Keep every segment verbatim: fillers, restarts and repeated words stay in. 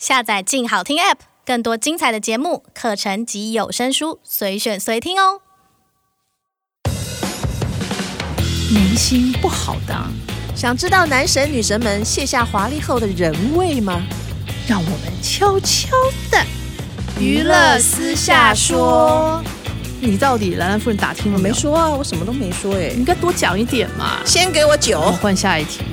下载静好听 App， 更多精彩的节目、课程及有声书，随选随听哦。 眉心不好当， 想知道男神女神们卸下华丽后的人味吗？ 让我们悄悄的娱乐私下说。 你到底兰兰夫人打听了没有？ 我没说啊，我什么都没说哎、欸。 你应该多讲一点嘛。 先给我酒。 我换下一题。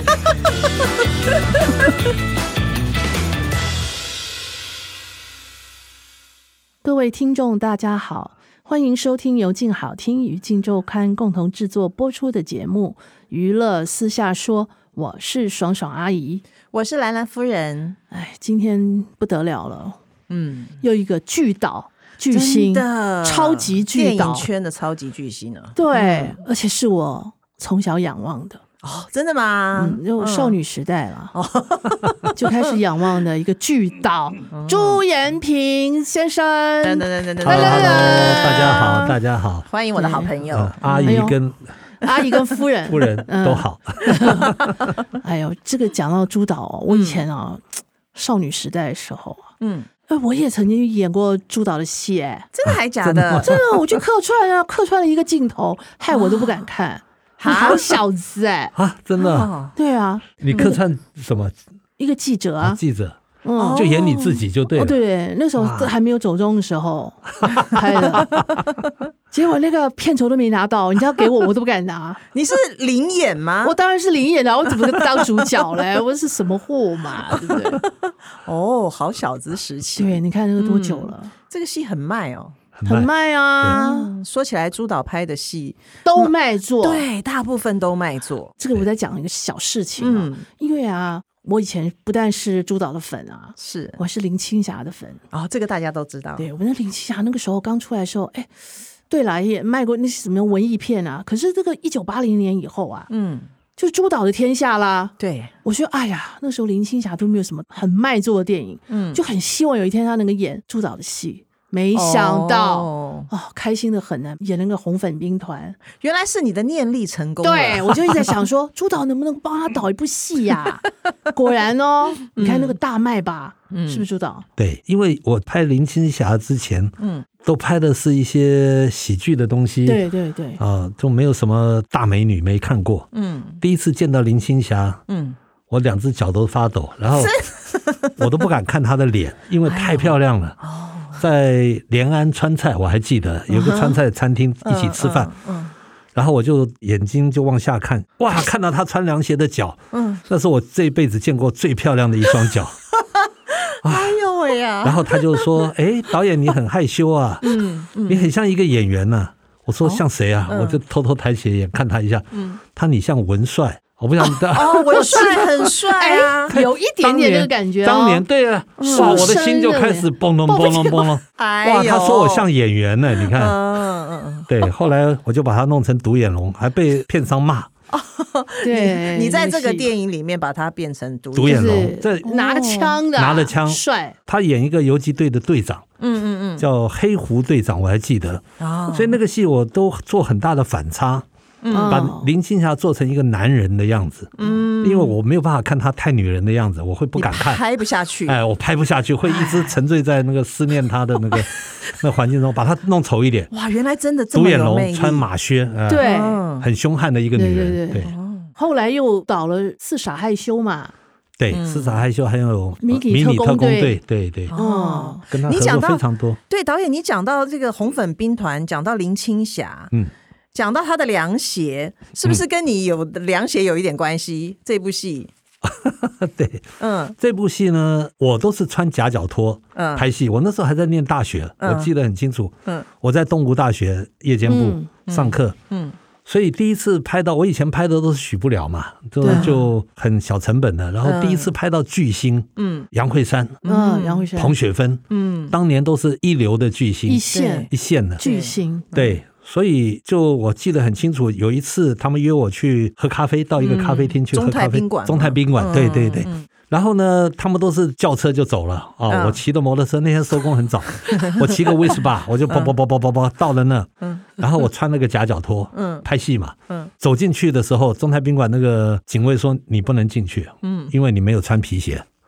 各位听众大家好，欢迎收听由静好听与静周刊共同制作播出的节目《娱乐私下说》，我是爽爽阿姨， 我是兰兰夫人。 哎，今天不得了了， 嗯， 又一个巨导巨星， 真的超级巨导， 电影圈的超级巨星啊！ 对、 嗯， 而且是我从小仰望的。 哦，真的吗？ 嗯，就少女时代了，嗯、就开始仰望的一个巨导、嗯、朱延平先生。 等等等等等， Hello, Hello, 大家好，大家好， 欢迎我的好朋友、 嗯、阿姨跟、 哎、阿姨跟夫人夫人都好。 嗯、哎呦，这个讲到朱导、哦，我以前啊、嗯、少女时代的时候啊，嗯。我也曾经演过朱导的戏，哎， 真的还假的？ 啊、真的，我去客串啊，客串了一个镜头，害我都不敢看。你好小子哎、欸！ 啊，真的、哦？ 对啊， 你客串什么？ 一个记者啊， 啊记者，嗯，就演你自己就对了。 哦、对，那时候还没有走中的时候拍的，结果那个片酬都没拿到，你知道给我我都不敢拿。 你是临演吗？ 我当然是临演的，我怎么当主角嘞？我是什么货嘛，对不对？ 哦，好小子时期， 对，你看那个多久了？ 嗯、这个戏很卖哦。 很卖啊、 嗯！说起来，朱导拍的戏都卖座、 嗯，对，大部分都卖座。 这个我在讲一个小事情、啊，嗯，因为啊，我以前不但是朱导的粉啊， 是我是林青霞的粉哦，这个大家都知道。 对，我那林青霞那个时候刚出来的时候，哎，对了，也卖过那些什么文艺片啊。可是这个一九八零年以后啊，嗯，就是朱导的天下啦。 对， 我说，哎呀，那时候林青霞都没有什么很卖座的电影，嗯，就很希望有一天她能够演朱导的戏。没想到 哦, 哦，开心的很呢，演那个红粉兵团， 原来是你的念力成功了。 对，我就一直在想说，朱导能不能帮他导一部戏呀、啊？果然哦，你看那个大卖吧，嗯、是不是朱导？ 对，因为我拍林青霞之前，嗯，都拍的是一些喜剧的东西， 对对对， 啊、呃，就没有什么大美女没看过，嗯，第一次见到林青霞，嗯，我两只脚都发抖，然后我都不敢看她的脸，因为太漂亮了。哎哦在连安川菜我还记得有个川菜餐厅一起吃饭、嗯嗯嗯、然后我就眼睛就往下看，哇，看到他穿凉鞋的脚、嗯、那是我这一辈子见过最漂亮的一双脚。 哎呦喂呀！ 然后他就说，哎，导演你很害羞啊、嗯嗯、你很像一个演员啊。我说像谁啊、哦嗯、我就偷偷抬起眼看他一下、嗯、他你像文帅，我不想知道哦，文帅很帅啊、 欸，有一点点那个感觉、哦。 当年对啊，哇，我的心就开始蹦隆蹦隆蹦隆。哇，他说我像演员呢，你看。嗯嗯。对，后来我就把他弄成独眼龙，还被片商骂。 对， 你在这个电影里面把他变成独独眼龙，这拿着枪的， 拿着枪， 帅。 他演一个游击队的队长，嗯嗯嗯，叫黑狐队长，我还记得。哦。所以那个戏我都做很大的反差。嗯、把林青霞做成一个男人的样子，嗯，因为我没有办法看她太女人的样子，我会不敢看， 拍不下去， 哎，我拍不下去，会一直沉醉在那个思念她的那个那环境中，把她弄丑一点。 哇，原来真的这么有魅力， 独眼龙穿马靴，呃、 对， 很凶悍的一个女人， 对对 对, 对、哦。后来又导了《四傻害羞》嘛， 对，嗯《四傻害羞》还有《 迷你特工队》， 对对， 哦， 跟他合作非常多。 对，导演，你讲到这个红粉兵团，讲到林青霞，嗯。讲到他的凉鞋，是不是跟你有凉鞋有一点关系？嗯、这部戏， 对，嗯，这部戏呢，我都是穿夹脚拖拍戏。我那时候还在念大学，嗯、我记得很清楚。嗯，我在东吴大学夜间部上课，嗯，嗯所以第一次拍到，我以前拍的都是许不了嘛，就就很小成本的。然后第一次拍到巨星，嗯，杨惠姗， 嗯，杨惠姗、 彭雪芬，嗯，当年都是一流的巨星， 一线一线的巨星， 对。所以就我记得很清楚，有一次他们约我去喝咖啡，到一个咖啡厅去喝咖啡， 中泰宾馆， 中泰宾馆，对对对。嗯、然后呢，他们都是叫车就走了啊、哦嗯。我骑的摩托车，那天收工很早，我骑个威斯巴，我就跑跑跑跑跑跑到了那，嗯，然后我穿那个夹脚拖，嗯，拍戏嘛，嗯，走进去的时候，中泰宾馆那个警卫说你不能进去，嗯，因为你没有穿皮鞋。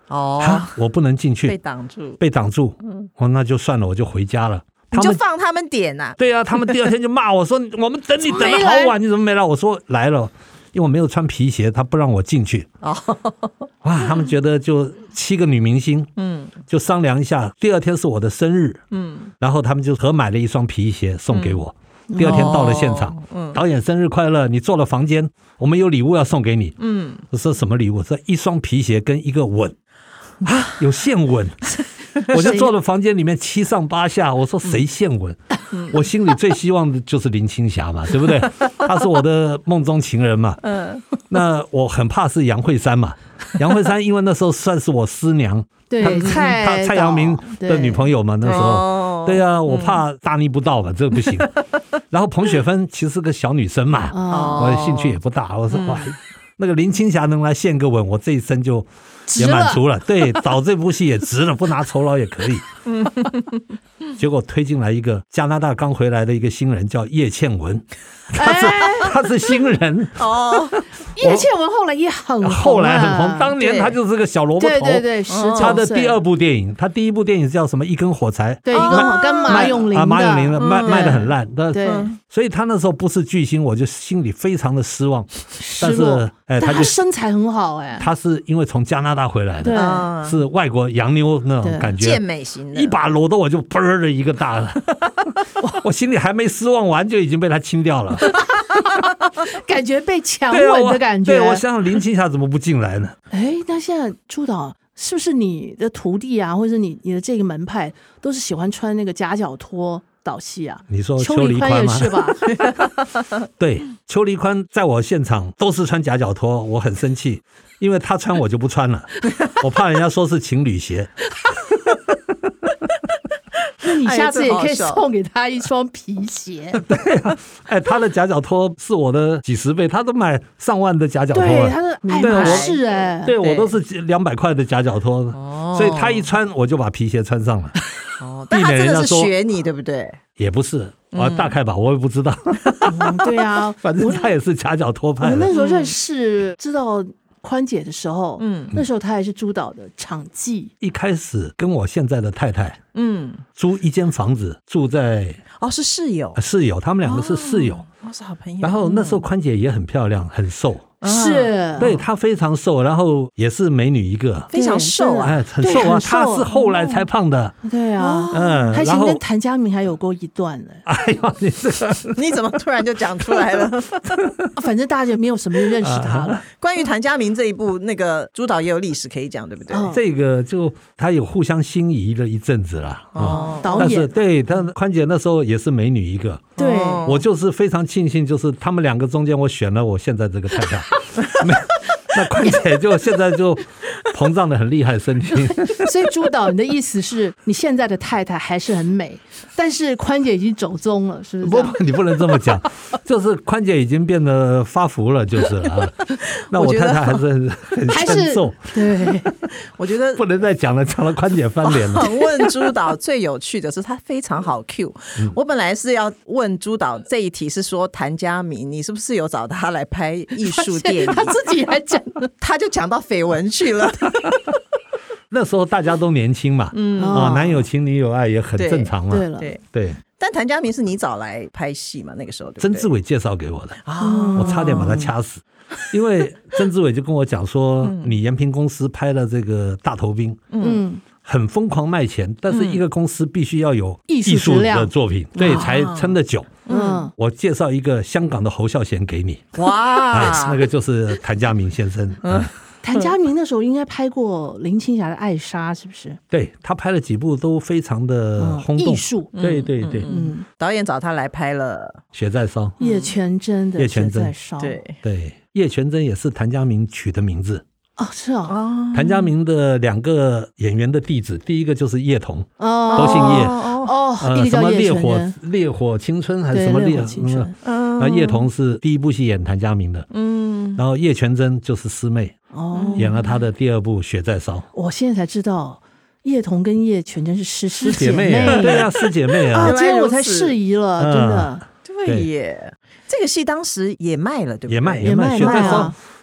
哦， 啊，我不能进去， 被挡住， 被挡住，嗯，哦，那就算了，我就回家了。 你就放他们点啊？ 对啊，他们第二天就骂我说：“我们等你等了好晚，你怎么没来？”我说：“来了，因为我没有穿皮鞋，他不让我进去。”哦，哇，他们觉得就七个女明星，嗯，就商量一下，第二天是我的生日，嗯，然后他们就合买了一双皮鞋送给我。嗯，第二天到了现场，哦，导演生日快乐，你坐了房间，我们有礼物要送给你。嗯，我说什么礼物？说一双皮鞋跟一个吻啊，有现吻。我就坐了房间里面七上八下，我说谁现吻？嗯，我心里最希望的就是林青霞嘛，对不对？她是我的梦中情人嘛。嗯，那我很怕是杨惠珊嘛。杨惠珊因为那时候算是我师娘， 对， 蔡蔡阳明的女朋友嘛，那时候，对啊，我怕大逆不道嘛，这个不行。然后彭雪芬其实是个小女生嘛，我的兴趣也不大，我说哇，那个林青霞能来献个吻，我这一生就也满足了。对，导这部戏也值了，不拿酬劳也可以。结果推进来一个加拿大刚回来的一个新人，叫叶倩文，他是、哎、他是新人哦。叶倩文后来也很红、啊， 后来很红。当年他就是个小萝卜头， 对对对， 他的第二部电影，他第一部电影叫什么？一根火柴， 对，一根火跟马永林的， 啊、马永林的卖、嗯、卖得很烂， 对， 所以他那时候不是巨星，我就心里非常的失望。但是，哎， 他就身材很好，哎， 他是因为从加拿大回来的，是外国洋妞那种感觉， 健美型的， 一把搂到我就嘣儿的一个大了，我心里还没失望完就已经被他清掉了。 感觉被强吻的感觉。 对，我想想林青霞怎么不进来呢？ 哎，那现在朱导是不是你的徒弟啊，或者你你的这个门派都是喜欢穿那个夹脚拖导戏啊？ 你说邱黎宽吗？ 是吧？ 对，邱黎宽在我现场都是穿夹脚拖，我很生气，因为他穿我就不穿了，我怕人家说是情侣鞋。 那你下次也可以送给他一双皮鞋。 对啊，哎，他的夹脚拖是我的几十倍，他都买上万的夹脚拖。 对，他的爱马仕哎， 对我都是两百块的夹脚拖，哦，所以他一穿我就把皮鞋穿上了。 哦，但他真的是学你，对不对？ 也不是，我大概吧，我也不知道。 嗯，对啊， 反正他也是夹脚拖派的。 我那时候认识，知道宽姐的时候，嗯，那时候她还是朱导的场记。 一开始跟我现在的太太，嗯，租一间房子住在， 哦，是室友， 室友，他们两个是室友， 哦，是好朋友。 然后那时候宽姐也很漂亮，很瘦。 是， 对，她非常瘦，然后也是美女一个， 非常瘦啊， 哎，很瘦啊，她是后来才胖的。 对啊，嗯，她以前跟谭家明还有过一段呢。 哎呦，你这个你怎么突然就讲出来了？ 反正大家就没有什么人认识他了。 关于谭家明这一部，那个朱导也有历史可以讲，对不对？ 这个就他有互相心仪了一阵子啦。 哦，导演， 但是对，但宽姐那时候也是美女一个。 对， 我就是非常庆幸，就是他们两个中间，我选了我现在这个太太。那宽姐就现在就膨胀的很厉害，身体。 所以朱导，你的意思是你现在的太太还是很美，但是宽姐已经走中了，是不是？ 不，你不能这么讲，就是宽姐已经变得发福了，就是了、啊。那我太太还是很很欠揍。 对， 我觉得不能再讲了，讲了宽姐翻脸了。 访问朱导最有趣的是他非常好 Q、嗯。我本来是要问朱导这一题是说谭家明，你是不是有找他来拍艺术电影？ 他自己还讲。 他就讲到绯闻去了。 那时候大家都年轻嘛，嗯啊，男有情女有爱也很正常嘛。 对了， 对对。 但谭家明是你找来拍戏嘛？那个时候，对不对？ 曾志伟介绍给我的啊，我差点把他掐死，因为曾志伟就跟我讲说，你延平公司拍了这个大头兵，嗯，很疯狂卖钱，但是一个公司必须要有艺术的作品，对，才撑得久。嗯，我介绍一个香港的侯孝贤给你，哇，哎、那个就是谭家明先生。嗯， 谭家明那时候应该拍过林青霞的《艾莎》，是不是？ 对，他拍了几部都非常的轰动， 艺术。 对对对， 嗯，导演找他来拍了 《血在烧》， 叶全真的《血在烧》。 对对，叶全真也是谭家明取的名字。 哦，是哦。 谭家明的两个演员的弟子，第一个就是叶童，哦，都姓叶。 哦， 呃，什么烈火烈火青春还是什么烈青春？嗯，那叶童是第一部戏演谭家明的，嗯，然后叶全真就是师妹，哦，演了他的第二部《血在烧》。 我现在才知道，叶童跟叶全真是师师姐妹，对啊，师姐妹啊， 今天我才释疑了，真的。 对耶，这个戏当时也卖了，对不对？ 也卖也卖，《血在烧》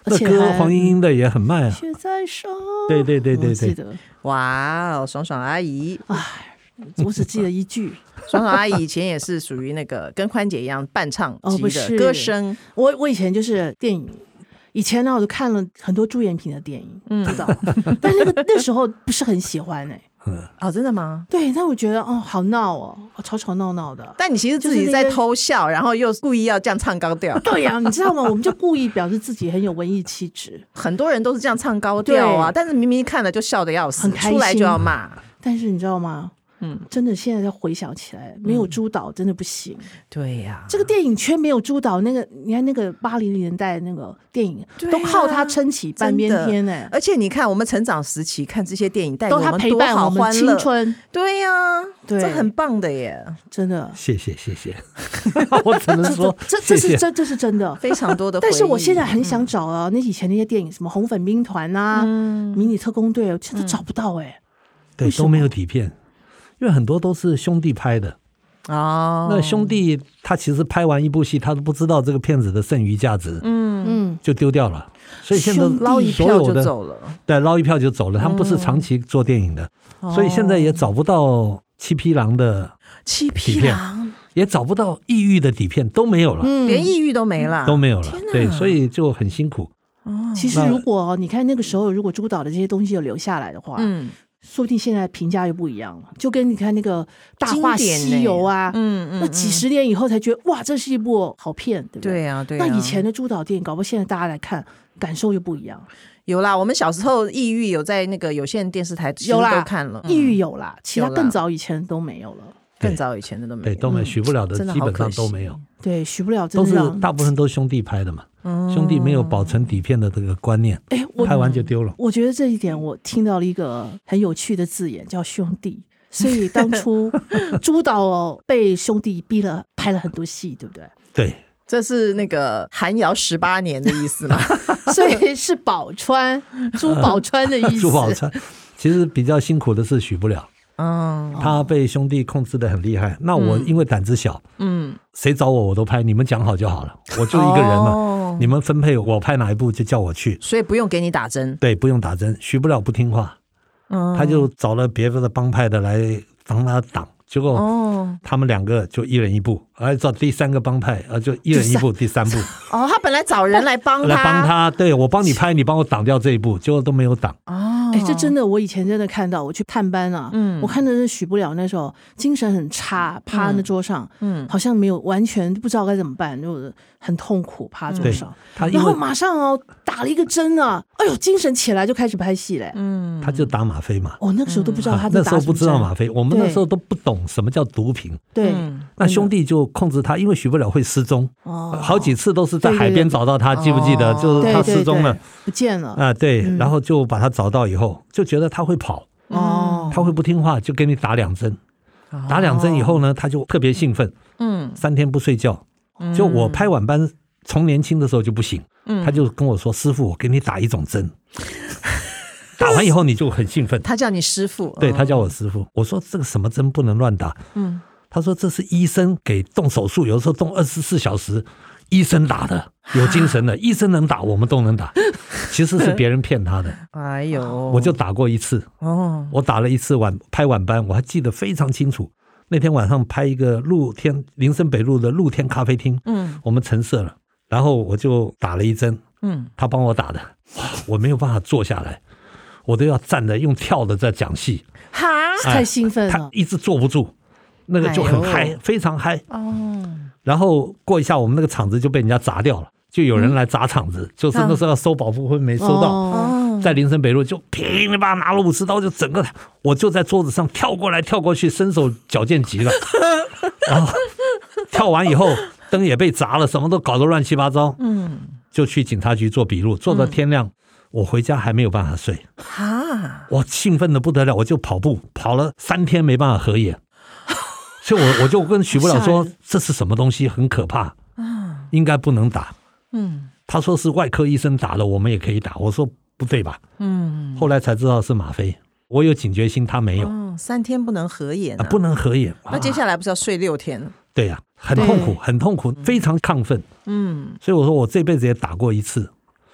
那歌黄莺莺的也很卖啊， 雪在手， 对对对对对， 我记得， 哇哦，爽爽阿姨， 哎，我只记得一句。 爽爽阿姨以前也是属于那个跟宽姐一样伴唱哦，不级的是歌声。 我我以前就是电影，以前呢我就看了很多朱延平的电影，嗯，知道，但那个那时候不是很喜欢哎、 欸。哦，真的吗？ 对，但我觉得哦，好闹哦，吵吵闹闹的。 但你其实自己在偷笑，然后又故意要这样唱高调。 对呀、啊，你知道吗？我们就故意表示自己很有文艺气质。 很多人都是这样唱高调啊，但是明明看了就笑得要死， 很开心， 出来就要骂。 但是你知道吗？嗯，真的，现在再回想起来，没有朱导真的不行。嗯、 对呀、啊， 这个电影圈没有朱导，那个你看那个八零年代那个电影，啊、都靠他撑起半边天哎、欸。 而且你看，我们成长时期看这些电影，带给我们都他陪伴我们青春。 对呀、啊， 对， 这很棒的耶， 真的。 谢谢谢谢，我只能说这这是真这是真的， 非常多的。 但是我现在很想找啊，嗯、那以前那些电影，什么红粉兵团啊、嗯、迷你特工队，现在找不到哎、欸。 对，都没有底片。因为很多都是兄弟拍的哦， 那兄弟他其实拍完一部戏，他都不知道这个片子的剩余价值，嗯嗯，就丢掉了。所以现在捞一票就走了， 对，捞一票就走了。他们不是长期做电影的，嗯、所以现在也找不到七匹狼的七匹狼， 也找不到异域的底片，都没有了， 嗯、连异域都没了， 都没有了。对，所以就很辛苦。 哦，其实如果你看那个时候，如果朱导的这些东西有留下来的话，嗯。说不定现在评价又不一样了，就跟你看那个《大话西游》啊，嗯嗯，那几十年以后才觉得哇，这是一部好片，对不对？ 对啊，对啊。 那以前的朱导电影，搞不好现在大家来看，感受又不一样。 有啦，我们小时候异域有在那个有线电视台有啦都看了， 异域有啦，其他更早以前都没有了。 更早以前的都没有， 对，都没有，许不了的基本上都没有。 对，许不了都是大部分都兄弟拍的嘛，兄弟没有保存底片的这个观念，哎，拍完就丢了。 我觉得这一点我听到了一个很有趣的字眼，叫兄弟。所以当初朱导被兄弟逼了，拍了很多戏，对不对？ 对， 这是那个韩瑶十八年的意思吗？ 所以是宝川，朱宝川的意思。 朱宝川其实比较辛苦的是许不了。嗯，他被兄弟控制得很厉害。那我因为胆子小，嗯，谁找我我都拍，你们讲好就好了，我就一个人嘛，哦、你们分配我拍哪一部就叫我去， 所以不用给你打针。 对，不用打针。许不了不听话，嗯，他就找了别的帮派的来帮他挡。结果他们两个就一人一部，而找第三个帮派，呃，就一人一部，第三部。 哦，他本来找人来帮他， 来帮他，对，我帮你拍，你帮我挡掉这一部，结果都没有挡。 哦，哎，这真的，我以前真的看到，我去探班啊，嗯，我看的是许不了那时候精神很差，趴在桌上，嗯，好像没有完全不知道该怎么办，就很痛苦，趴桌上。他然后马上哦打了一个针啊，哎呦，精神起来就开始拍戏嘞。嗯， 他就打吗啡嘛。 哦，那个时候都不知道他在打什么针。 那时候不知道吗啡，我们那时候都不懂什么叫毒品。 对， 那兄弟就控制他，因为许不了会失踪，哦，好几次都是在海边找到他，记不记得？就是他失踪了， 不见了啊，对，然后就把他找到以后，就觉得他会跑，哦，他会不听话，就给你打两针，打两针以后呢，他就特别兴奋，嗯，三天不睡觉。就我拍晚班，从年轻的时候就不行，他就跟我说：“师傅，我给你打一种针。”打完以后你就很兴奋， 他叫你师傅， 对，他叫我师傅。我说这个什么针不能乱打，嗯，他说这是医生给动手术，有的时候动二十四小时，医生打的，有精神的，医生能打，我们都能打，其实是别人骗他的。 哎呦， 我就打过一次，哦，我打了一次晚拍晚班，我还记得非常清楚。那天晚上拍一个露天林森北路的露天咖啡厅，嗯，我们陈设了，然后我就打了一针，嗯，他帮我打的，哇，我没有办法坐下来。我都要站着用跳的在讲戏， 哈，太兴奋了， 他一直坐不住，那个就很嗨，哎、非常嗨。哦，然后过一下，我们那个场子就被人家砸掉了，就有人来砸场子，嗯、就是那时候要收保护费没收到，哦、在林森北路就噼里啪啦拿了武士刀，就整个我就在桌子上跳过来跳过去，身手矫健极了。然后跳完以后，灯也被砸了，什么都搞得乱七八糟。嗯，就去警察局做笔录，做到天亮。嗯，我回家还没有办法睡，啊！我兴奋的不得了，我就跑步，跑了三天没办法合眼，所以我我就跟许不了说这是什么东西，很可怕，应该不能打。嗯，他说是外科医生打了，我们也可以打。我说不对吧？嗯，后来才知道是吗啡。我有警觉心，他没有。 哦，三天不能合眼，啊啊，不能合眼。 那接下来不是要睡六天？ 对呀，啊，很痛苦，很痛苦，非常亢奋。嗯，所以我说我这辈子也打过一次。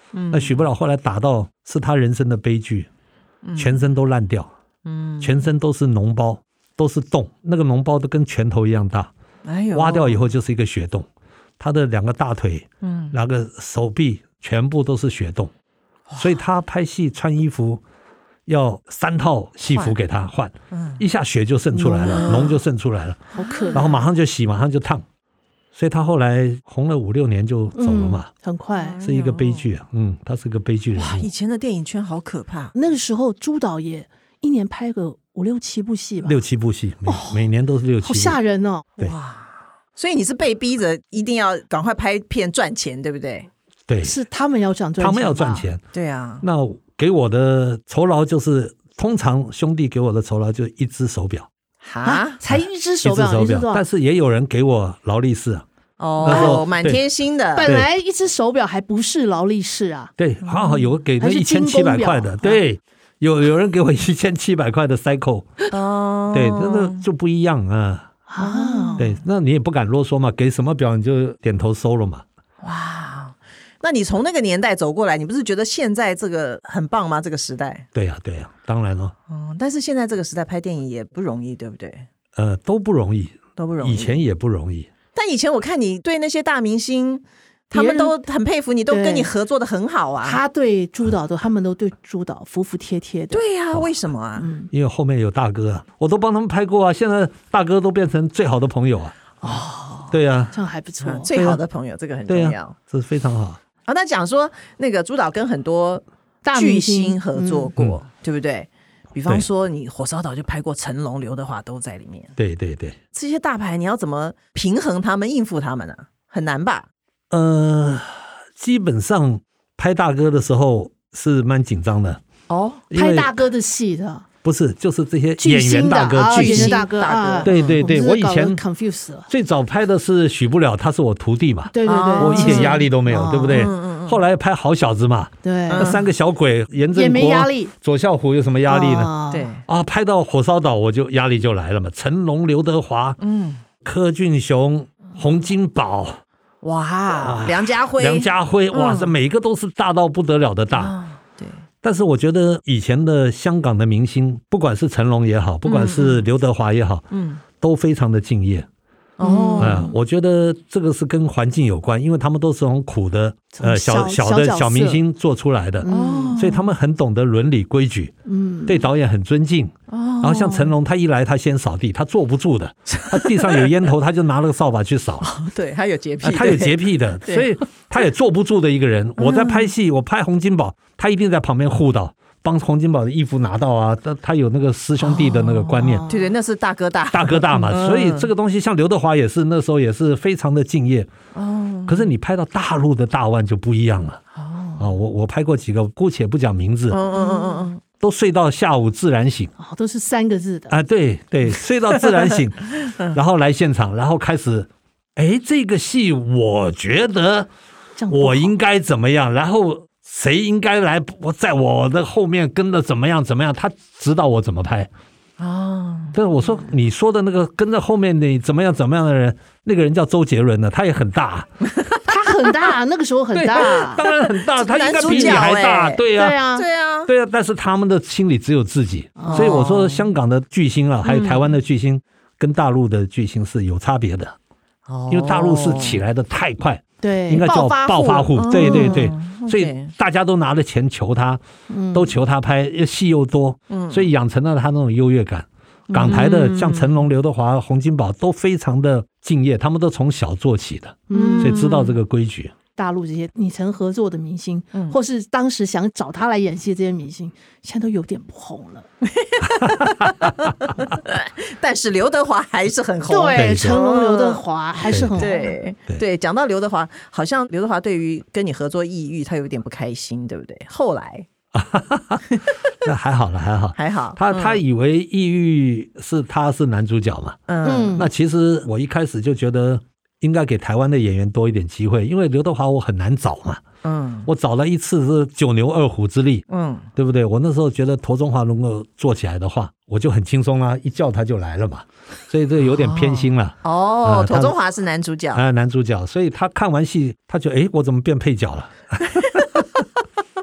嗯、那许不了后来打到是他人生的悲剧，嗯、全身都烂掉，嗯、全身都是脓包，都是洞，那个脓包都跟拳头一样大，哎呦，挖掉以后就是一个血洞，他的两个大腿、嗯、两个手臂全部都是血洞，所以他拍戏穿衣服要三套戏服给他换，嗯、一下血就渗出来了，脓、嗯、就渗出来了， 好可怜， 然后马上就洗，马上就烫，所以他后来红了五六年就走了嘛， 嗯、很快， 是一个悲剧啊，嗯，他是个悲剧人物。 哇，以前的电影圈好可怕。 那个时候朱导也一年拍个五六七部戏吧， 六七部戏，每、哦、每年都是六七部， 好吓人哦。 对， 哇，所以你是被逼着一定要赶快拍片赚钱，对不对？ 对， 是他们要赚钱， 他们要赚钱， 对啊。 那给我的酬劳就是，通常兄弟给我的酬劳就是一只手表， 啊，才一只手表， 一只手表，但是也有人给我劳力士。 哦，蛮贴心的。 本来一只手表还不是劳力士啊， 对，好好有给那一千七百块的，对，有有人给我一千七百块的 Seiko， 哦，对，那个就不一样啊。啊，对，那你也不敢啰嗦嘛，给什么表你就点头收了嘛。 哇，那你从那个年代走过来，你不是觉得现在这个很棒吗？这个时代？ 对呀、啊，对呀、啊，当然了。 嗯，但是现在这个时代拍电影也不容易，对不对？ 呃，都不容易， 都不容易， 以前也不容易。 但以前我看你对那些大明星，他们都很佩服你，都跟你合作的很好啊。 他对朱导都，他们都对朱导服服帖帖的。 对呀、啊，为什么啊、 嗯？ 因为后面有大哥啊，我都帮他们拍过啊。现在大哥都变成最好的朋友啊。哦，对呀、啊， 这样还不错、 嗯。最好的朋友，这个很重要， 啊、这是非常好。 啊，那讲说那个朱导跟很多巨星合作过，嗯、对不对？比方说，你火烧岛就拍过成龙、刘德华都在里面。 对对对， 这些大牌你要怎么平衡他们、应付他们呢、啊？很难吧？ 呃，基本上拍大哥的时候是蛮紧张的哦。拍大哥的戏的不是，就是这些演员大哥、巨星大哥、大哥。 对对对，我以前 confuse 了。 最早拍的是许不了，他是我徒弟嘛。 对对对， 我一点压力都没有，对不对？后来拍好小子嘛， 对， 那三个小鬼，严正国、左孝虎有什么压力呢？ 对啊，拍到火烧岛我就压力就来了嘛。成龙、刘德华、嗯，柯俊雄、洪金宝， 哇，梁家辉， 梁家辉，哇，这每个都是大到不得了的大。 对， 但是我觉得以前的香港的明星，不管是成龙也好，不管是刘德华也好，嗯，都非常的敬业。哦、嗯，我觉得这个是跟环境有关，因为他们都是从苦的呃小小的小明星做出来的，嗯、所以他们很懂得伦理规矩，嗯，对导演很尊敬。哦、然后像成龙，他一来他先扫地，他坐不住的，他地上有烟头，他就拿了个扫把去扫。 哦、对他有洁癖、 呃，他有洁癖的，所以他也坐不住的一个人。我在拍戏，我拍洪金宝，他一定在旁边护导。帮洪金宝的衣服拿到啊，他他有那个师兄弟的那个观念， 哦、对对，那是大哥大， 大哥大嘛，所以这个东西像刘德华也是那时候也是非常的敬业。哦，可是你拍到大陆的大腕就不一样了。哦，啊，我我拍过几个，姑且不讲名字。嗯嗯嗯嗯，都睡到下午自然醒。 哦，都是三个字的啊，对对，睡到自然醒，然后来现场，然后开始，哎，这个戏我觉得我应该怎么样，然后。谁应该来在我的后面跟着怎么样怎么样，他指导我怎么拍啊。但是我说你说的那个跟着后面你怎么样怎么样的人，那个人叫周杰伦呢，他也很大， 他很大，那个时候很大， 当然很大，他应该比你还大，对呀、 啊， 对啊， 对啊。但是他们的心里只有自己，哦、所以我说香港的巨星啊，还有台湾的巨星，嗯、跟大陆的巨星是有差别的，哦、因为大陆是起来的太快。 对， 应该叫暴发户， 哦、 对对对， 嗯、 所以大家都拿了钱求他，嗯、都求他拍，戏又多，嗯、所以养成了他那种优越感。嗯、港台的像成龙、刘德华、洪金宝都非常的敬业，他们都从小做起的，嗯、所以知道这个规矩。 大陆这些你曾合作的明星，嗯、或是当时想找他来演戏这些明星，现在都有点不红了。 但是刘德华还是很红， 对，成龙、刘德华还是很红。 对对，讲到刘德华，好像刘德华对于跟你合作抑郁，他有点不开心，对不对？后来那还好了，还好， 还好。 他他以为抑郁是他是男主角嘛，嗯，那其实我一开始就觉得。应该给台湾的演员多一点机会，因为刘德华我很难找嘛，嗯，我找了一次是九牛二虎之力，嗯，对不对？我那时候觉得陀中华能够做起来的话，我就很轻松啦，一叫他就来了嘛，所以这有点偏心了。 哦，呃、陀中华是男主角， 啊、呃，男主角，所以他看完戏，他就哎，我怎么变配角了？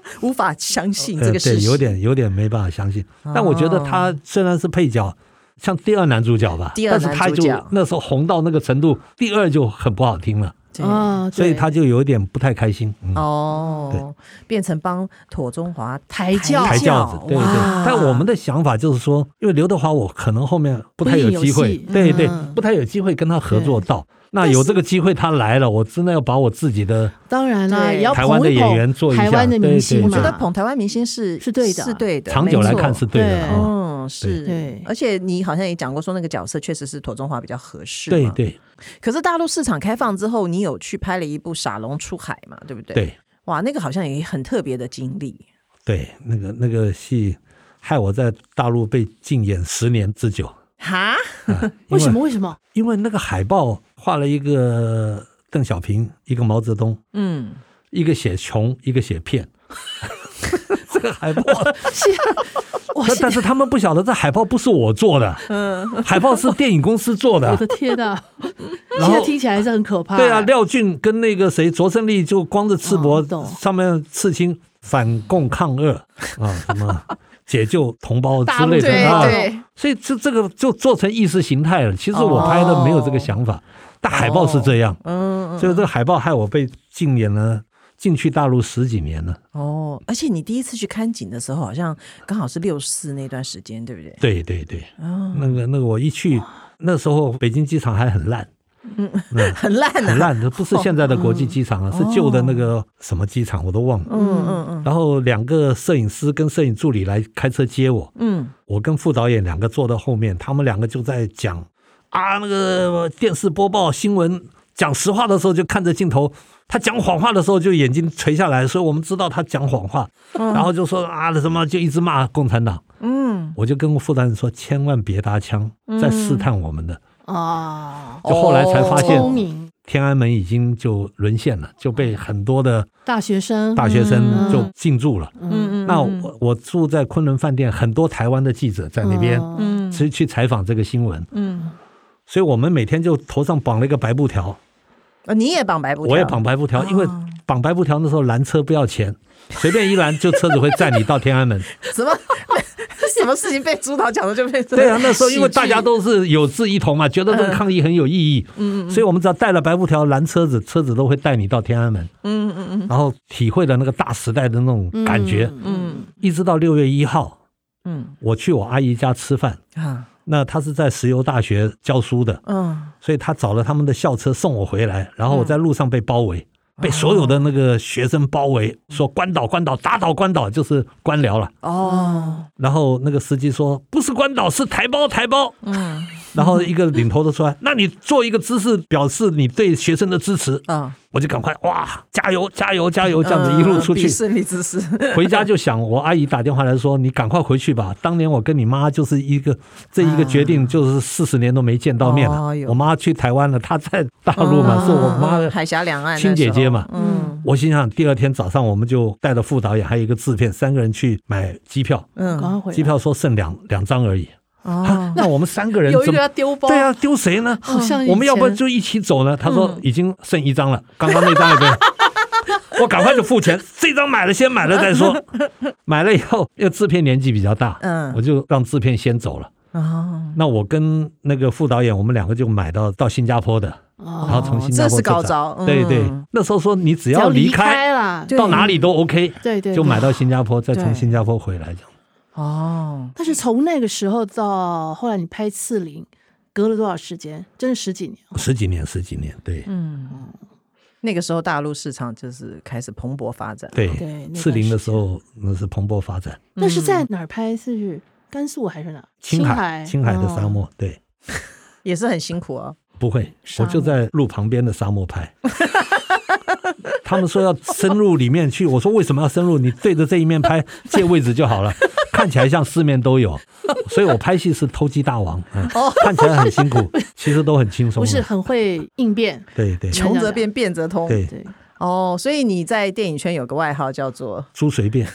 无法相信这个事实， 呃、对，有点有点没办法相信。哦、但我觉得他虽然是配角，像第二男主角吧， 第二男主角但是他就那时候红到那个程度，第二就很不好听了。 啊， 所以他就有点不太开心、嗯、 哦，对，变成帮庹宗华抬轿抬轿子，对对。但我们的想法就是说，因为刘德华我可能后面不太有机会，对对、嗯，不太有机会跟他合作到。那有这个机会他来了，我真的要把我自己的当然啦，也要台湾的演员做一下， 台湾的明星嘛。 我觉得捧台湾明星是是对的， 是对的， 长久来看是对的。 嗯，是，对。而且你好像也讲过说，那个角色确实是庹宗华比较合适。 对对。 可是大陆市场开放之后，你有去拍了一部《傻龙出海》嘛？对不对？ 对。 哇，那个好像也很特别的经历。 对，那个那个戏害我在大陆被禁演十年之久。 哈、 啊？为什么？为什么？ 因为那个海报画了一个邓小平，一个毛泽东，嗯，一个写穷，一个写骗。这个海报是， 但是他们不晓得这海报不是我做的，嗯，海报是电影公司做的。 我的天哪！现在听起来是很可怕。 对啊，廖俊跟那个谁卓胜利就光着赤膊，哦、上面刺青反共抗俄啊，什么解救同胞之类的啊。 对， 所以这这个就做成意识形态了。其实我拍的没有这个想法，哦、但海报是这样。嗯、哦，所以这个海报害我被禁演了。进去大陆十几年了哦，而且你第一次去看景的时候，好像刚好是六四那段时间，对不对？ 对对对，哦、那个那个我一去，那时候北京机场还很烂， 嗯，嗯很烂、啊， 很烂的，不是现在的国际机场啊，哦、是旧的那个什么机场，我都忘了。嗯嗯嗯。然后两个摄影师跟摄影助理来开车接我，嗯，我跟副导演两个坐到后面，他们两个就在讲啊，那个电视播报新闻讲实话的时候就看着镜头。他讲谎话的时候就眼睛垂下来，所以我们知道他讲谎话，嗯、然后就说啊什么，就一直骂共产党。嗯，我就跟副导演说，千万别搭腔，在试探我们的。啊、嗯，就后来才发现，天安门已经就沦陷了，就被很多的大学生大学生就进驻了。嗯嗯，那我我住在昆仑饭店，很多台湾的记者在那边，嗯，去去采访这个新闻。嗯，所以我们每天就头上绑了一个白布条。 你也绑白布条？ 我也绑白布条，因为绑白布条那时候拦车不要钱，随便一拦就车子会载你到天安门。 什么什么事情被朱导讲的就被对啊，那时候因为大家都是有志一同嘛，觉得这个抗议很有意义，嗯，所以我们只要带了白布条拦车子，车子都会带你到天安门，嗯嗯嗯，然后体会了那个大时代的那种感觉，嗯，一直到六月一号，嗯，我去我阿姨家吃饭啊。那他是在石油大学教书的，嗯，所以他找了他们的校车送我回来，然后我在路上被包围，嗯、被所有的那个学生包围，说关岛关岛打倒关岛，就是官僚了。哦，然后那个司机说不是关岛是台胞台胞，嗯，然后一个领头的出来，那你做一个姿势表示你对学生的支持啊。我就赶快哇，加油加油加油，这样子一路出去， 胜利姿势。 回家就想，我阿姨打电话来说，你赶快回去吧。当年我跟你妈就是一个这一个决定，就是四十年都没见到面了。哦、我妈去台湾了，她在大陆嘛，嗯、是我妈的海峡两岸亲姐姐嘛。嗯，我心想，第二天早上我们就带了副导演还有一个制片，三个人去买机票。嗯，机票说剩两两张而已。哦，那我们三个人有一个要丢包， 对啊，丢谁呢？ 好像我们要不就一起走呢？他说已经剩一张了，刚刚那张也对，我赶快就付钱，这张买了先买了再说。买了以后，因为制片年纪比较大，嗯，我就让制片先走了。哦，那我跟那个副导演，我们两个就买到到新加坡的，然后从新加坡这是高招， 对对，那时候说你只要离开了，到哪里都 OK， 对对， 就买到新加坡，再从新加坡回来这样。 哦，但是从那个时候到后来你拍刺陵，隔了多少时间？真的十几年？ 十几年，十几年，对，嗯， 那个时候大陆市场就是开始蓬勃发展。 对对，刺陵的时候那是蓬勃发展。 那是在哪儿拍？是甘肃还是哪？ 青海，青海的沙漠，对， 也是很辛苦啊。 不会，我就在路旁边的沙漠拍。他们说要深入里面去，我说为什么要深入？你对着这一面拍，借位置就好了，看起来像四面都有。所以我拍戏是偷鸡大王，嗯，看起来很辛苦，其实都很轻松。 不是很会应变， 对对， 穷则变，变则通。 对对， 哦，所以你在电影圈有个外号叫做猪随便。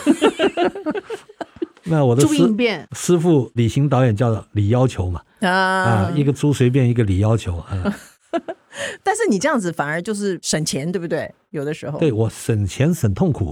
那我的师师傅李行导演叫李要求嘛，啊, 啊，一个猪随便，一个李要求啊。 但是你这样子反而就是省钱，对不对？有的时候， 对我省钱省痛苦啊。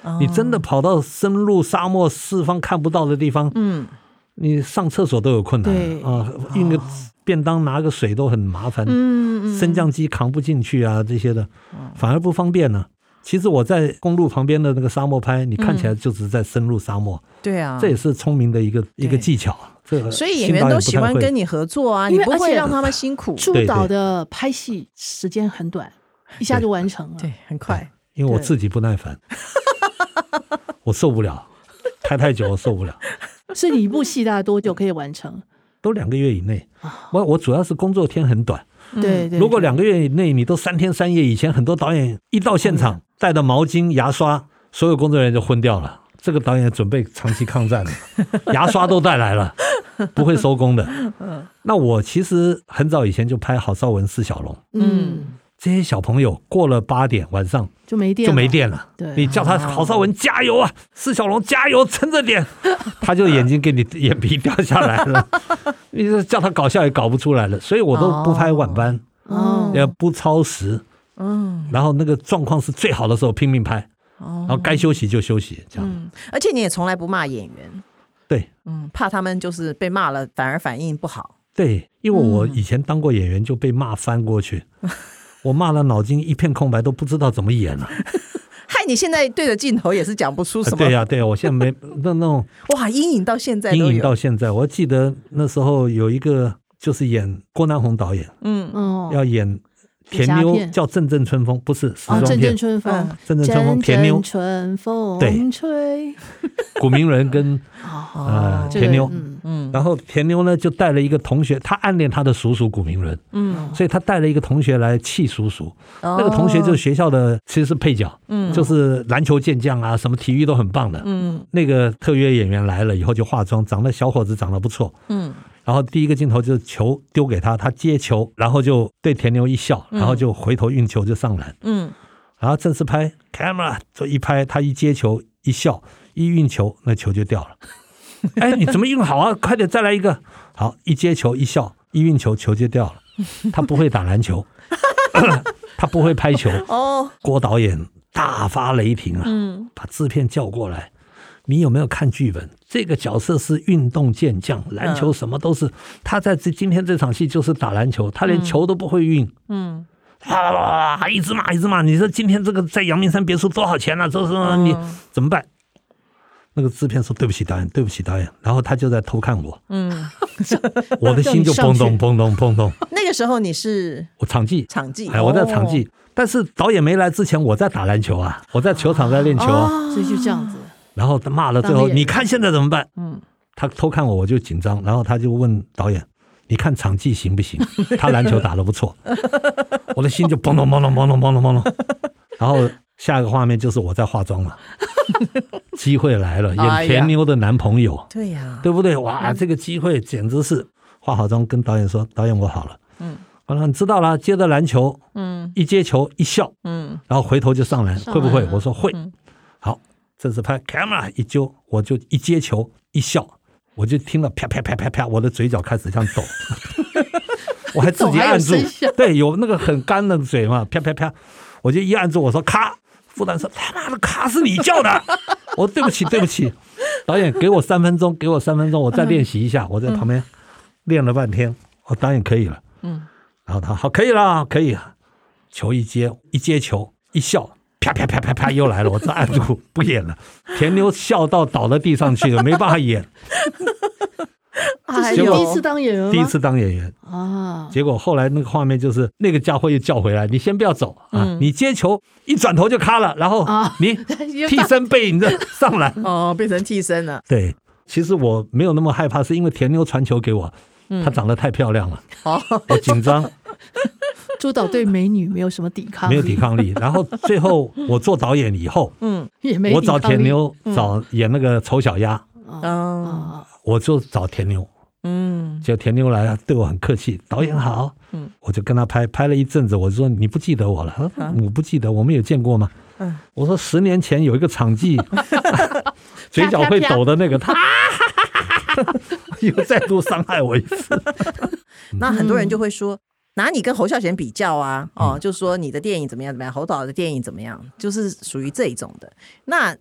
哦、你真的跑到深入沙漠四方看不到的地方，嗯，你上厕所都有困难啊，运个便当拿个水都很麻烦，嗯，升降机扛不进去啊，这些的反而不方便呢。其实我在公路旁边的那个沙漠拍，你看起来就只是在深入沙漠，对啊，这也是聪明的一个一个技巧。这个所以演员都喜欢跟你合作啊，你不会让他们辛苦。 朱导的拍戏时间很短，一下就完成了， 对，很快。 因为我自己不耐烦，我受不了，拍太久我受不了。 所以你一部戏大概多久可以完成？ 都两个月以内。我我主要是工作天很短。 对对， 如果两个月以内你都三天三夜，以前很多导演一到现场带的毛巾牙刷，所有工作人员就昏掉了。这个导演准备长期抗战了，牙刷都带来了，不会收工的。那我其实很早以前就拍郝邵文、释小龙，嗯，这些小朋友过了八点晚上就没电就没电了。对，你叫他郝邵文加油啊，释小龙加油，撑着点，他就眼睛给你眼皮掉下来了。你叫他搞笑也搞不出来了，所以我都不拍晚班，哦，也不超时，嗯，然后那个状况是最好的时候拼命拍。然后该休息就休息，这样、嗯。 而且你也从来不骂演员， 对， 嗯，怕他们就是被骂了反而反应不好。 对，因为我以前当过演员，就被骂翻过去，嗯、我骂了脑筋一片空白，都不知道怎么演了。 害你现在对着镜头也是讲不出什么。 啊对呀、啊，对呀、啊，我现在没那那种哇，阴影到现在都有， 阴影到现在。我记得那时候有一个就是演郭南红导演，嗯嗯，要演。甜妞叫阵阵春风，不是时装片。 阵阵春风， 阵阵春风，甜妞。 春风吹。 古明伦跟呃甜妞，嗯，然后甜妞呢就带了一个同学，他暗恋他的叔叔古明伦，嗯，所以他带了一个同学来气叔叔。那个同学就是学校的，其实是配角，嗯，就是篮球健将啊，什么体育都很棒的，嗯，那个特约演员来了以后就化妆，长得小伙子长得不错，嗯。然后第一个镜头就是球丢给他，他接球，然后就对甜妞一笑，然后就回头运球就上篮。嗯，然后正式拍 camera 就一拍，他一接球一笑一运球，那球就掉了。哎，你怎么运好啊？快点再来一个。好，一接球一笑一运球，球就掉了。他不会打篮球，他不会拍球。哦，郭导演大发雷霆啊！嗯，把制片叫过来。你有没有看剧本？这个角色是运动健将，篮球什么都是。他在这今天这场戏就是打篮球，他连球都不会运。嗯，啊，一直骂，一直骂。你说今天这个在阳明山别墅多少钱啊？这是你怎么办？那个制片说对不起导演，对不起导演。然后他就在偷看我。嗯，我的心就砰咚砰咚砰咚。 那个时候你是我场记， 场记， 哎，我在场记。但是导演没来之前，我在打篮球啊，我在球场在练球啊， 所以就这样子。 然后他骂了最后，你看现在怎么办？嗯，他偷看我，我就紧张，然后他就问导演：“你看场记行不行？”他篮球打得不错，我的心就砰咚砰咚砰咚砰咚砰咚。然后下一个画面就是我在化妆了，机会来了，演甜妞的男朋友， 对呀， 对不对？哇，这个机会简直是化好妆跟导演说：“导演，我好了。”嗯，我说你知道了，接着篮球，嗯，一接球一笑，嗯，然后回头就上篮，会不会？我说会。好。这次拍 camera 一揪，我就一接球一笑，我就听到啪啪啪啪啪，我的嘴角开始这样抖，我还自己按住，对，有那个很干的嘴嘛，啪啪啪，我就一按住，我说咔，副导说他妈的咔是你叫的，我对不起对不起，导演给我三分钟，给我三分钟，我再练习一下，我在旁边练了半天，我导演可以了，嗯，然后他好可以了，可以，球一接一接球一笑。啪啪啪啪啪又来了，我这按住不演了。甜妞笑到倒到地上去了，没办法演。 这是第一次当演员吗？ 第一次当演员啊！结果后来那个画面就是那个家伙又叫回来，你先不要走啊！嗯、你接球一转头就卡了，然后你替身背影着上来哦，变成替身了。 对，其实我没有那么害怕，是因为甜妞传球给我，她长得太漂亮了，嗯、我紧张。 朱导对美女没有什么抵抗力， 没有抵抗力。然后最后我做导演以后，嗯， 也没我找甜妞，找演那个丑小鸭，嗯，我就找甜妞，嗯，结果甜妞来了，对我很客气，导演好，嗯，我就跟他拍，拍了一阵子，我就说你不记得我了，我不记得，我们有见过吗？嗯，我说十年前有一个场记，嘴角会抖的那个，他又再度伤害我一次。 那很多人就会说。拿你跟侯孝贤比较啊，哦，就说你的电影怎么样怎么样，侯导的电影怎么样，就是属于这一种的。那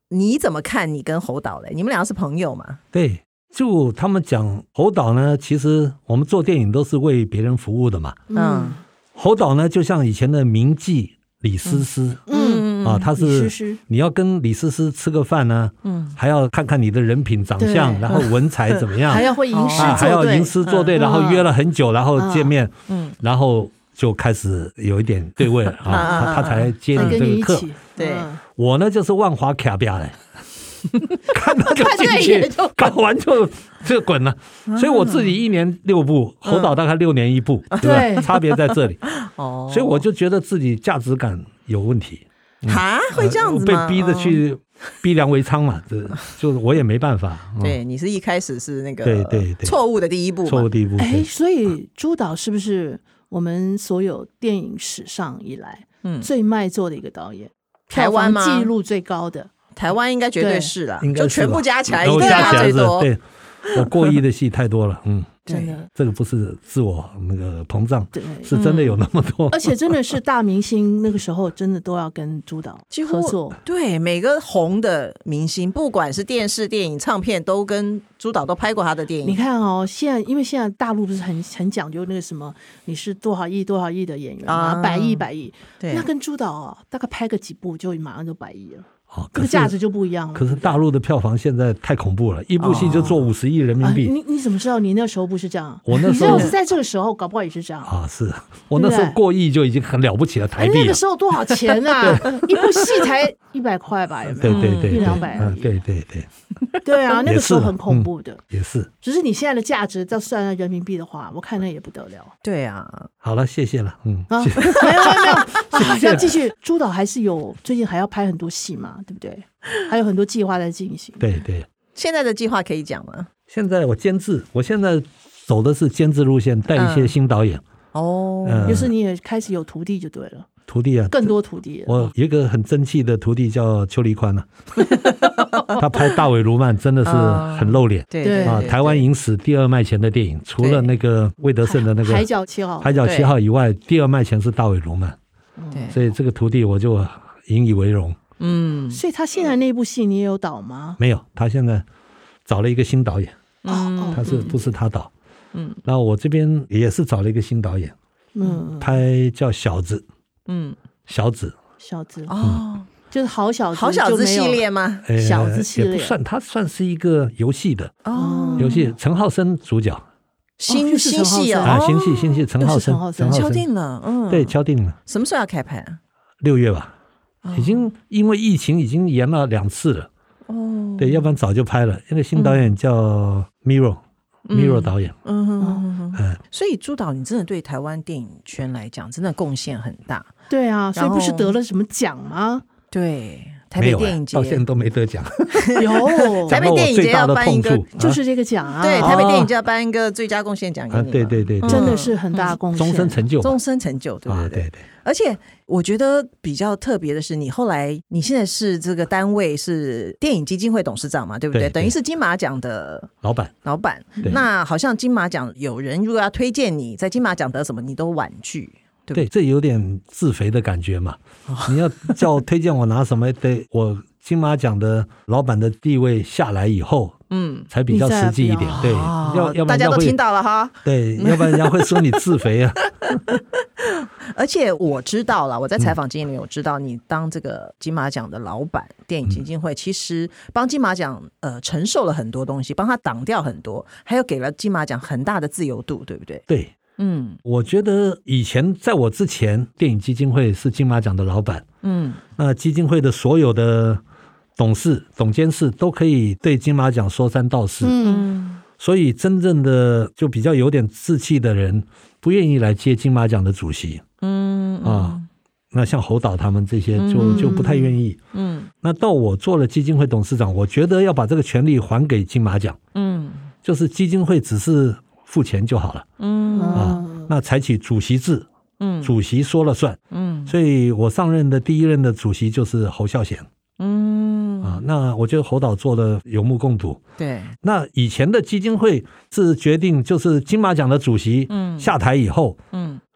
你怎么看你跟侯导嘞？你们俩是朋友吗？ 对，就他们讲侯导呢，其实我们做电影都是为别人服务的嘛。嗯，侯导呢，就像以前的名妓李思思，嗯啊，他是你要跟李思思吃个饭呢，嗯，还要看看你的人品、长相，然后文采怎么样， 还要会吟诗作对， 还要吟诗作对，然后约了很久，然后见面，嗯，然后就开始有一点对味了啊，他他才接你这个课。 对， 我呢就是万华卡比亚嘞。看到就进去，搞完就就滚了。所以我自己一年六部，侯导大概六年一部，对吧？差别在这里。哦，所以我就觉得自己价值感有问题。 啊，会这样子吗？ 被逼着去逼良为娼嘛，这就是我也没办法。 对，你是一开始是那个对对对错误的第一步， 错误第一步。 哎，所以朱导是不是我们所有电影史上以来最卖座的一个导演？ 台湾吗？ 记录最高的。 台湾应该绝对是了，就全部加起来， 一定他最多。 对，我过亿的戏太多了，嗯， 真的， 这个不是自我那个膨胀，对，是真的有那么多， 而且真的是大明星，那个时候真的都要跟朱导合作。 对，每个红的明星，不管是电视、电影、唱片，都跟朱导都拍过他的电影。 你看哦，现在因为现在大陆不是很很讲究那个什么，你是多少亿多少亿的演员啊，百亿百亿，那跟朱导啊，大概拍个几部就马上就百亿了。哦，这个价值就不一样了。 可是大陆的票房现在太恐怖了，一部戏就做五十亿人民币。 哦啊、你你怎么知道你那时候不是这样？ 我那时候是在这个时候，搞不好也是这样啊。是我那时候过亿就已经很了不起了，台币、啊。 那个时候多少钱啊？一部戏才一百块吧？有没有？ 对对对， 一两百。 嗯，对对对。 对啊，那个时候很恐怖的。 也是。 只是你现在的价值，再算人民币的话，我看那也不得了。 对啊。 好了，谢谢了。嗯。 啊，没有没有没有，要继续。朱导还是有最近还要拍很多戏嘛，对不对？还有很多计划在进行。 对对， 现在的计划可以讲吗？ 现在我监制，我现在走的是监制路线，带一些新导演。 嗯、哦、嗯，就是你也开始有徒弟就对了。 徒弟啊， 更多徒弟。 我有一个很争气的徒弟叫邱黎宽啊，他拍《大尾卢曼》真的是很露脸。 对对啊，台湾影史第二卖钱的电影，除了那个魏德胜的那个《 海角七号》，《 海角七号》以外，第二卖钱是《大尾卢曼》。对，所以这个徒弟我就引以为荣。 嗯，所以他现在那部戏你也有导吗？ 没有，他现在找了一个新导演，嗯，他是不是他导？嗯，然后我这边也是找了一个新导演，嗯，拍叫小子，嗯，小子， 小子哦，就是好小子， 好小子系列吗？ 呃、 小子系列也不算，他算是一个游戏的哦，游戏陈浩生主角。 新新戏啊，新戏新戏，陈浩生， 陈浩生敲定了，嗯， 对，敲定了。 什么时候要开拍啊？ 六月吧。已经因为疫情已经延了两次了，哦，对，要不然早就拍了。那个新导演叫 Miro，Miro、嗯、Miro 导演，嗯哼哼哼，嗯，所以朱导，你真的对台湾电影圈来讲，真的贡献很大。 对啊，所以不是得了什么奖吗？ 对。台北电影节、 啊、到现在都没得奖， 有台北电影节要颁一个， 就是这个奖啊。 对，台北电影节要颁一个最佳贡献奖给你、啊。 对对对， 真的是很大贡献， 终身成就， 终身成就，对不对？啊、对对。而且我觉得比较特别的是，你后来你现在是这个单位是电影基金会董事长嘛，对不对？对对，等于是金马奖的老板。 老板，那好像金马奖有人如果要推荐你在金马奖得什么，你都婉拒。对, 对，这有点自肥的感觉嘛。你要叫我推荐我拿什么，得我金马奖的老板的地位下来以后，嗯，才比较实际一点。对， 哦、要要不然大家都听到了哈。 对，要不然人家会说你自肥啊。 而且我知道了，我在采访经验里面我知道，你当这个金马奖的老板，电影基金会、嗯、其实帮金马奖呃承受了很多东西，帮他挡掉很多，还有给了金马奖很大的自由度，对不对？ 对。嗯，我觉得以前在我之前，电影基金会是金马奖的老板，嗯，那基金会的所有的董事、总监事都可以对金马奖说三道四，嗯，所以真正的就比较有点志气的人，不愿意来接金马奖的主席，嗯啊，那像侯导他们这些就就不太愿意，嗯，那到我做了基金会董事长，我觉得要把这个权利还给金马奖，嗯，就是基金会只是付钱就好了，嗯啊，那采取主席制，嗯，主席说了算，嗯，所以我上任的第一任的主席就是侯孝贤，嗯啊，那我觉得侯导做的有目共睹， 对。 那以前的基金会是决定，就是金马奖的主席下台以后，嗯，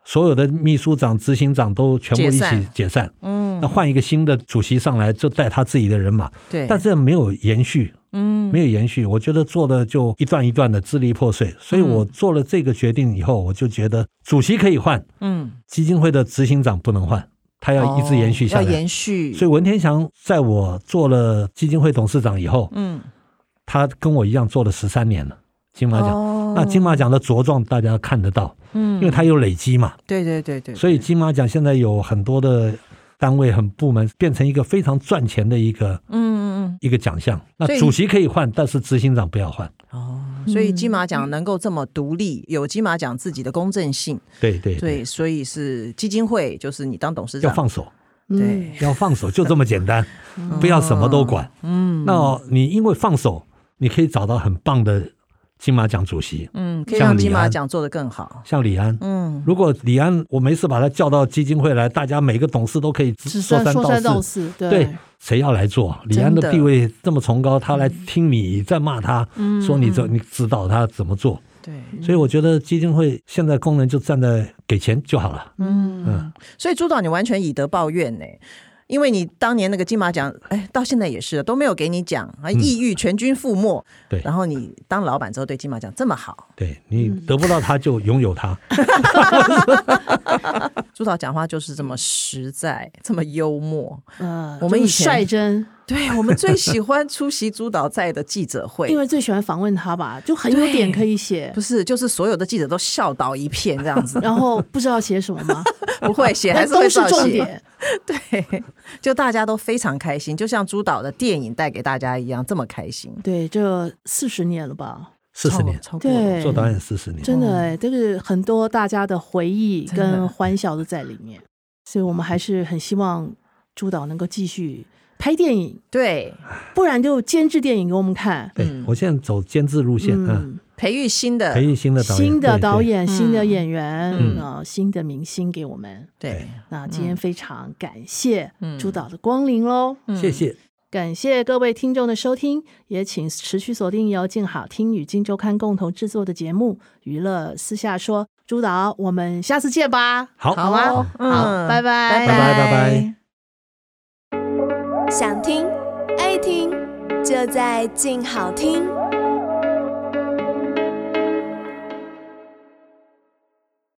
所有的秘书长、执行长都全部一起解散，嗯，那换一个新的主席上来，就带他自己的人马， 对， 但是没有延续，嗯，没有延续，我觉得做的就一段一段的支离破碎，所以我做了这个决定以后，我就觉得主席可以换，嗯，基金会的执行长不能换，他要一直延续下来， 哦、要延续。 所以文天祥在我做了基金会董事长以后，嗯，他跟我一样做了十三年了金马奖、哦，那金马奖的茁壮大家看得到，嗯，因为他有累积嘛， 对对对 对, 对， 所以金马奖现在有很多的单位很部门变成一个非常赚钱的一个嗯嗯一个奖项。那主席可以换，但是执行长不要换。 哦，所以金马奖能够这么独立，有金马奖自己的公正性。 对对 对, 对，所以是基金会，就是你当董事长要放手， 对， 要放手，就这么简单，不要什么都管。嗯，那你因为放手，你可以找到很棒的金马奖主席， 嗯，可以让金马奖做得更好。 像李安，嗯，如果李安我没事把他叫到基金会来，大家每个董事都可以说三道四， 对， 对，谁要来做？李安的地位这么崇高，他来听你在骂他，嗯、说你这你指导他怎么做？ 对， 所以我觉得基金会现在功能就站在给钱就好了。 嗯嗯，所以朱导你完全以德报怨呢。因为你当年那个金马奖，哎，到现在也是都没有给你奖，抑郁全军覆没。对、嗯，然后你当老板之后对金马奖这么好， 对你得不到它就拥有它。 朱导讲话就是这么实在，这么幽默。 嗯，我们以前率真。 对，我们最喜欢出席朱导在的记者会， 因为最喜欢访问他吧，就很有点可以写。 不是，就是所有的记者都笑倒一片这样子， 然后不知道写什么吗？ 不会写，还是会照写，都是重点。 对，就大家都非常开心，就像朱导的电影带给大家一样，这么开心。 对，这四十年了吧？ 四十年， 对， 做导演四十年， 真的哎、欸，这个很多大家的回忆跟欢笑都在里面，所以我们还是很希望朱导能够继续拍电影， 对， 不然就监制电影给我们看。 对、嗯、我现在走监制路线，嗯，嗯培育新的培育新的导演， 新的导演，新的演员，嗯、呃，新的明星给我们。 对， 那今天非常感谢朱导的光临喽、 嗯，谢谢。 感谢各位听众的收听，也请持续锁定由静好听与静周刊共同制作的节目《娱乐私下说》。朱导，我们下次见吧。 好， 好吗？好， 嗯、 好，拜拜， 拜拜，拜拜。 想听爱听，就在静好听。